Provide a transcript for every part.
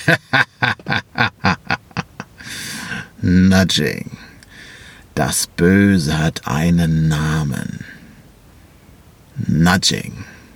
Nudging. Das Böse hat einen Namen. Nudging.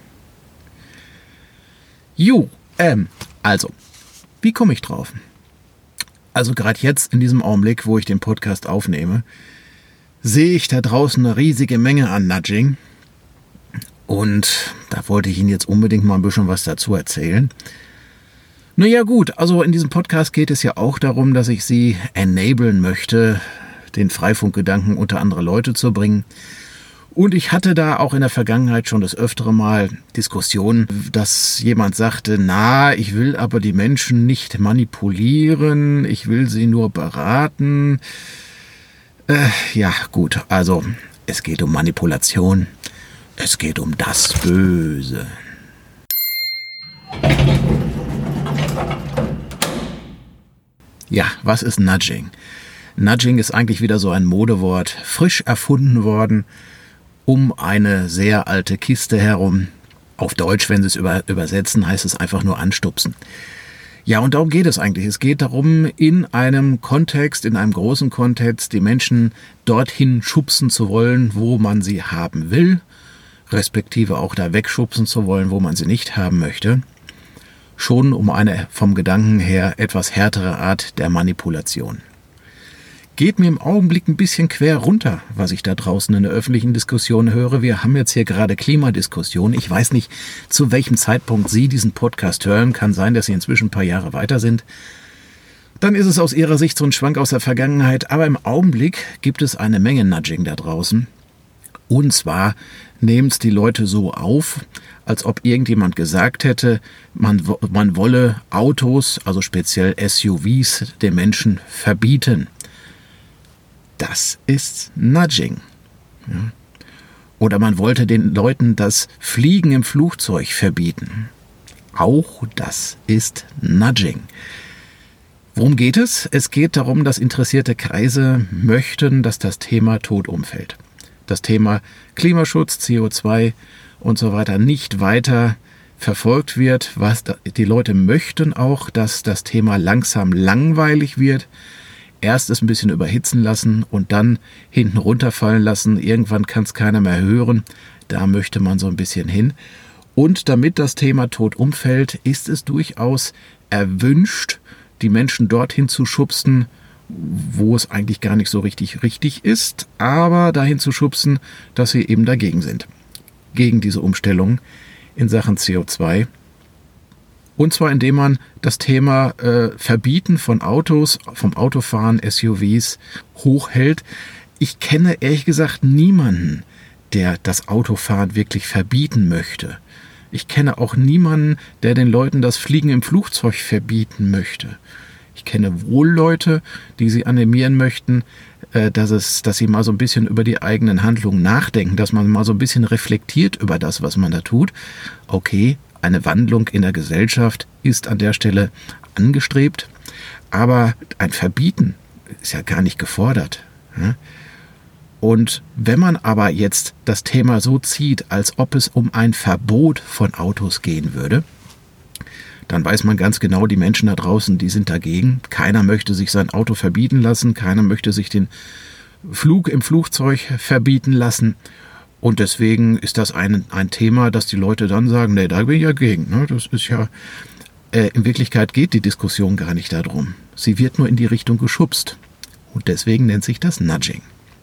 Also, wie komme ich drauf? Also gerade jetzt in diesem Augenblick, wo ich den Podcast aufnehme, sehe ich da draußen eine riesige Menge an Nudging. Und da wollte ich Ihnen jetzt unbedingt mal ein bisschen was dazu erzählen. Naja gut, also in diesem Podcast geht es ja auch darum, dass ich Sie enablen möchte, den Freifunkgedanken unter andere Leute zu bringen. Und ich hatte da auch in der Vergangenheit schon das öftere Mal Diskussionen, dass jemand sagte, ich will aber die Menschen nicht manipulieren, ich will sie nur beraten. Ja gut, also es geht um Manipulation, es geht um das Böse. Ja, was ist Nudging? Nudging ist eigentlich wieder so ein Modewort, frisch erfunden worden, um eine sehr alte Kiste herum. Auf Deutsch, wenn Sie es übersetzen, heißt es einfach nur anstupsen. Ja, und darum geht es eigentlich. Es geht darum, in einem Kontext, in einem großen Kontext, die Menschen dorthin schubsen zu wollen, wo man sie haben will, respektive auch da wegschubsen zu wollen, wo man sie nicht haben möchte. Schon um eine vom Gedanken her etwas härtere Art der Manipulation. Geht mir im Augenblick ein bisschen quer runter, was ich da draußen in der öffentlichen Diskussion höre. Wir haben jetzt hier gerade Klimadiskussion. Ich weiß nicht, zu welchem Zeitpunkt Sie diesen Podcast hören. Kann sein, dass Sie inzwischen ein paar Jahre weiter sind. Dann ist es aus Ihrer Sicht so ein Schwank aus der Vergangenheit. Aber im Augenblick gibt es eine Menge Nudging da draußen. Und zwar nehmen es die Leute so auf, als ob irgendjemand gesagt hätte, man wolle Autos, also speziell SUVs, den Menschen verbieten. Das ist Nudging. Ja. Oder man wollte den Leuten das Fliegen im Flugzeug verbieten. Auch das ist Nudging. Worum geht es? Es geht darum, dass interessierte Kreise möchten, dass das Thema Tod umfällt. Das Thema Klimaschutz, CO2 und so weiter nicht weiter verfolgt wird. Die Leute möchten auch, dass das Thema langsam langweilig wird. Erst es ein bisschen überhitzen lassen und dann hinten runterfallen lassen. Irgendwann kann es keiner mehr hören. Da möchte man so ein bisschen hin. Und damit das Thema Tod umfällt, ist es durchaus erwünscht, die Menschen dorthin zu schubsen, wo es eigentlich gar nicht so richtig ist, aber dahin zu schubsen, dass sie eben dagegen sind. Gegen diese Umstellung in Sachen CO2. Und zwar indem man das Thema Verbieten von Autos, vom Autofahren, SUVs hochhält. Ich kenne ehrlich gesagt niemanden, der das Autofahren wirklich verbieten möchte. Ich kenne auch niemanden, der den Leuten das Fliegen im Flugzeug verbieten möchte. Ich kenne wohl Leute, die sie animieren möchten, dass sie mal so ein bisschen über die eigenen Handlungen nachdenken, dass man mal so ein bisschen reflektiert über das, was man da tut. Okay, eine Wandlung in der Gesellschaft ist an der Stelle angestrebt, aber ein Verbieten ist ja gar nicht gefordert. Und wenn man aber jetzt das Thema so zieht, als ob es um ein Verbot von Autos gehen würde, dann weiß man ganz genau, die Menschen da draußen, die sind dagegen. Keiner möchte sich sein Auto verbieten lassen, keiner möchte sich den Flug im Flugzeug verbieten lassen. Und deswegen ist das ein Thema, dass die Leute dann sagen, nee, da bin ich ja gegen. Ne? Das ist ja, in Wirklichkeit geht die Diskussion gar nicht darum. Sie wird nur in die Richtung geschubst. Und deswegen nennt sich das Nudging.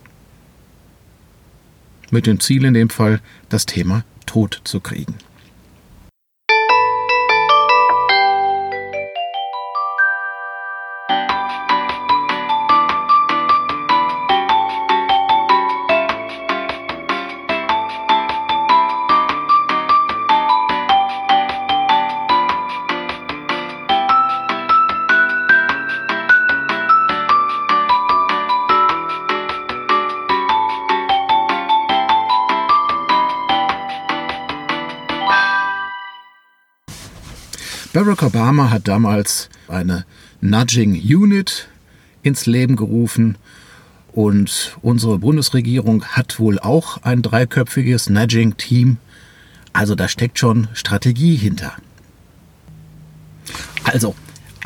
Mit dem Ziel in dem Fall, das Thema tot zu kriegen. Barack Obama hat damals eine Nudging Unit ins Leben gerufen und unsere Bundesregierung hat wohl auch ein 3-köpfiges Nudging-Team. Also da steckt schon Strategie hinter. Also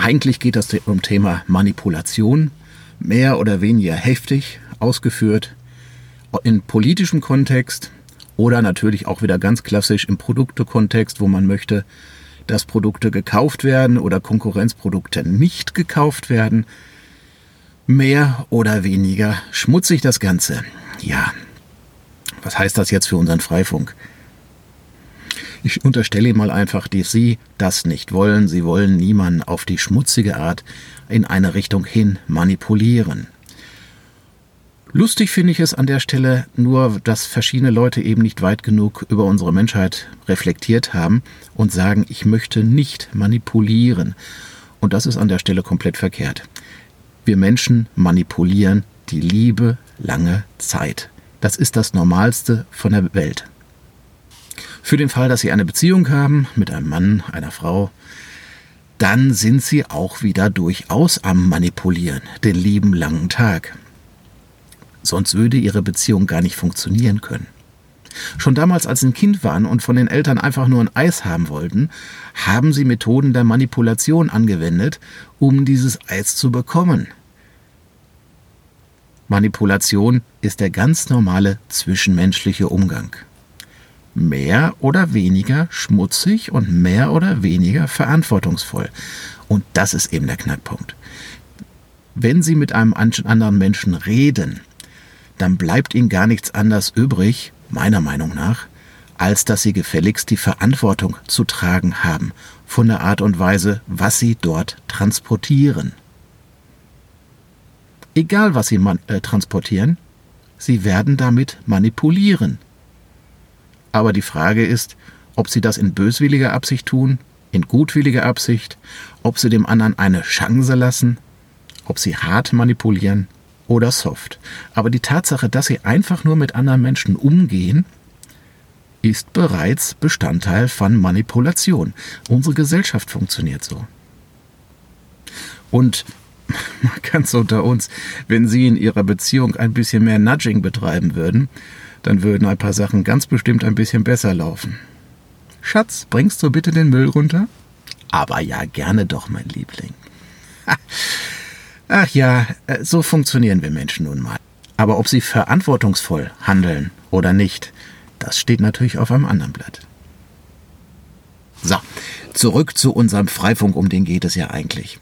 Eigentlich geht das um Thema Manipulation, mehr oder weniger heftig ausgeführt, in politischem Kontext oder natürlich auch wieder ganz klassisch im Produktekontext, wo man möchte, dass Produkte gekauft werden oder Konkurrenzprodukte nicht gekauft werden. Mehr oder weniger schmutzig das Ganze. Ja, was heißt das jetzt für unseren Freifunk? Ich unterstelle mal einfach, dass Sie das nicht wollen. Sie wollen niemanden auf die schmutzige Art in eine Richtung hin manipulieren. Lustig finde ich es an der Stelle nur, dass verschiedene Leute eben nicht weit genug über unsere Menschheit reflektiert haben und sagen, ich möchte nicht manipulieren. Und das ist an der Stelle komplett verkehrt. Wir Menschen manipulieren die Liebe lange Zeit. Das ist das Normalste von der Welt. Für den Fall, dass Sie eine Beziehung haben mit einem Mann, einer Frau, dann sind Sie auch wieder durchaus am Manipulieren, den lieben langen Tag. Sonst würde Ihre Beziehung gar nicht funktionieren können. Schon damals, als Sie ein Kind waren und von den Eltern einfach nur ein Eis haben wollten, haben Sie Methoden der Manipulation angewendet, um dieses Eis zu bekommen. Manipulation ist der ganz normale zwischenmenschliche Umgang. Mehr oder weniger schmutzig und mehr oder weniger verantwortungsvoll. Und das ist eben der Knackpunkt. Wenn Sie mit einem anderen Menschen reden, dann bleibt Ihnen gar nichts anderes übrig, meiner Meinung nach, als dass Sie gefälligst die Verantwortung zu tragen haben von der Art und Weise, was Sie dort transportieren. Egal, was Sie transportieren, Sie werden damit manipulieren. Aber die Frage ist, ob Sie das in böswilliger Absicht tun, in gutwilliger Absicht, ob Sie dem anderen eine Chance lassen, ob Sie hart manipulieren oder soft. Aber die Tatsache, dass Sie einfach nur mit anderen Menschen umgehen, ist bereits Bestandteil von Manipulation. Unsere Gesellschaft funktioniert so. Und mal ganz unter uns, wenn Sie in Ihrer Beziehung ein bisschen mehr Nudging betreiben würden, dann würden ein paar Sachen ganz bestimmt ein bisschen besser laufen. Schatz, bringst du bitte den Müll runter? Aber ja, gerne doch, mein Liebling. Ach ja, so funktionieren wir Menschen nun mal. Aber ob sie verantwortungsvoll handeln oder nicht, das steht natürlich auf einem anderen Blatt. So, zurück zu unserem Freifunk, um den geht es ja eigentlich.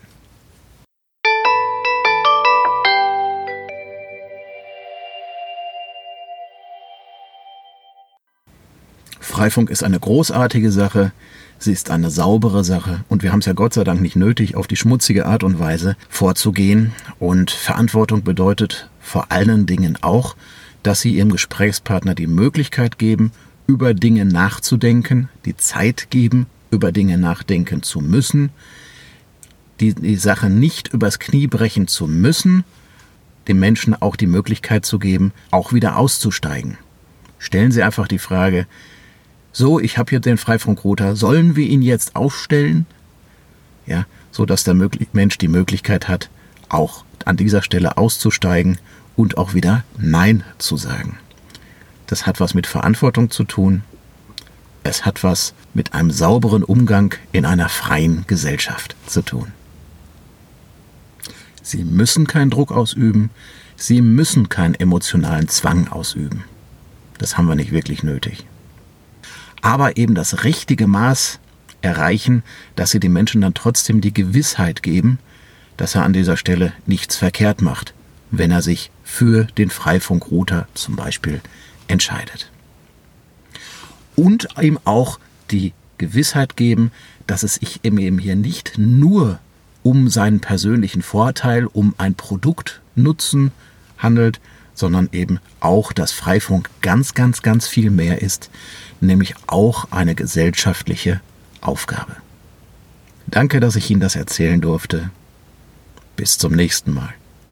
Freifunk ist eine großartige Sache, sie ist eine saubere Sache und wir haben es ja Gott sei Dank nicht nötig, auf die schmutzige Art und Weise vorzugehen. Und Verantwortung bedeutet vor allen Dingen auch, dass Sie Ihrem Gesprächspartner die Möglichkeit geben, über Dinge nachzudenken, die Zeit geben, über Dinge nachdenken zu müssen, die Sache nicht übers Knie brechen zu müssen, dem Menschen auch die Möglichkeit zu geben, auch wieder auszusteigen. Stellen Sie einfach die Frage: So, ich habe hier den Freifunkrouter, sollen wir ihn jetzt ausstellen? Ja, so dass der Mensch die Möglichkeit hat, auch an dieser Stelle auszusteigen und auch wieder Nein zu sagen. Das hat was mit Verantwortung zu tun. Es hat was mit einem sauberen Umgang in einer freien Gesellschaft zu tun. Sie müssen keinen Druck ausüben. Sie müssen keinen emotionalen Zwang ausüben. Das haben wir nicht wirklich nötig. Aber eben das richtige Maß erreichen, dass Sie dem Menschen dann trotzdem die Gewissheit geben, dass er an dieser Stelle nichts verkehrt macht, wenn er sich für den Freifunkrouter zum Beispiel entscheidet. Und ihm auch die Gewissheit geben, dass es sich eben hier nicht nur um seinen persönlichen Vorteil, um ein Produktnutzen handelt, sondern eben auch, dass Freifunk ganz, ganz, ganz viel mehr ist, nämlich auch eine gesellschaftliche Aufgabe. Danke, dass ich Ihnen das erzählen durfte. Bis zum nächsten Mal.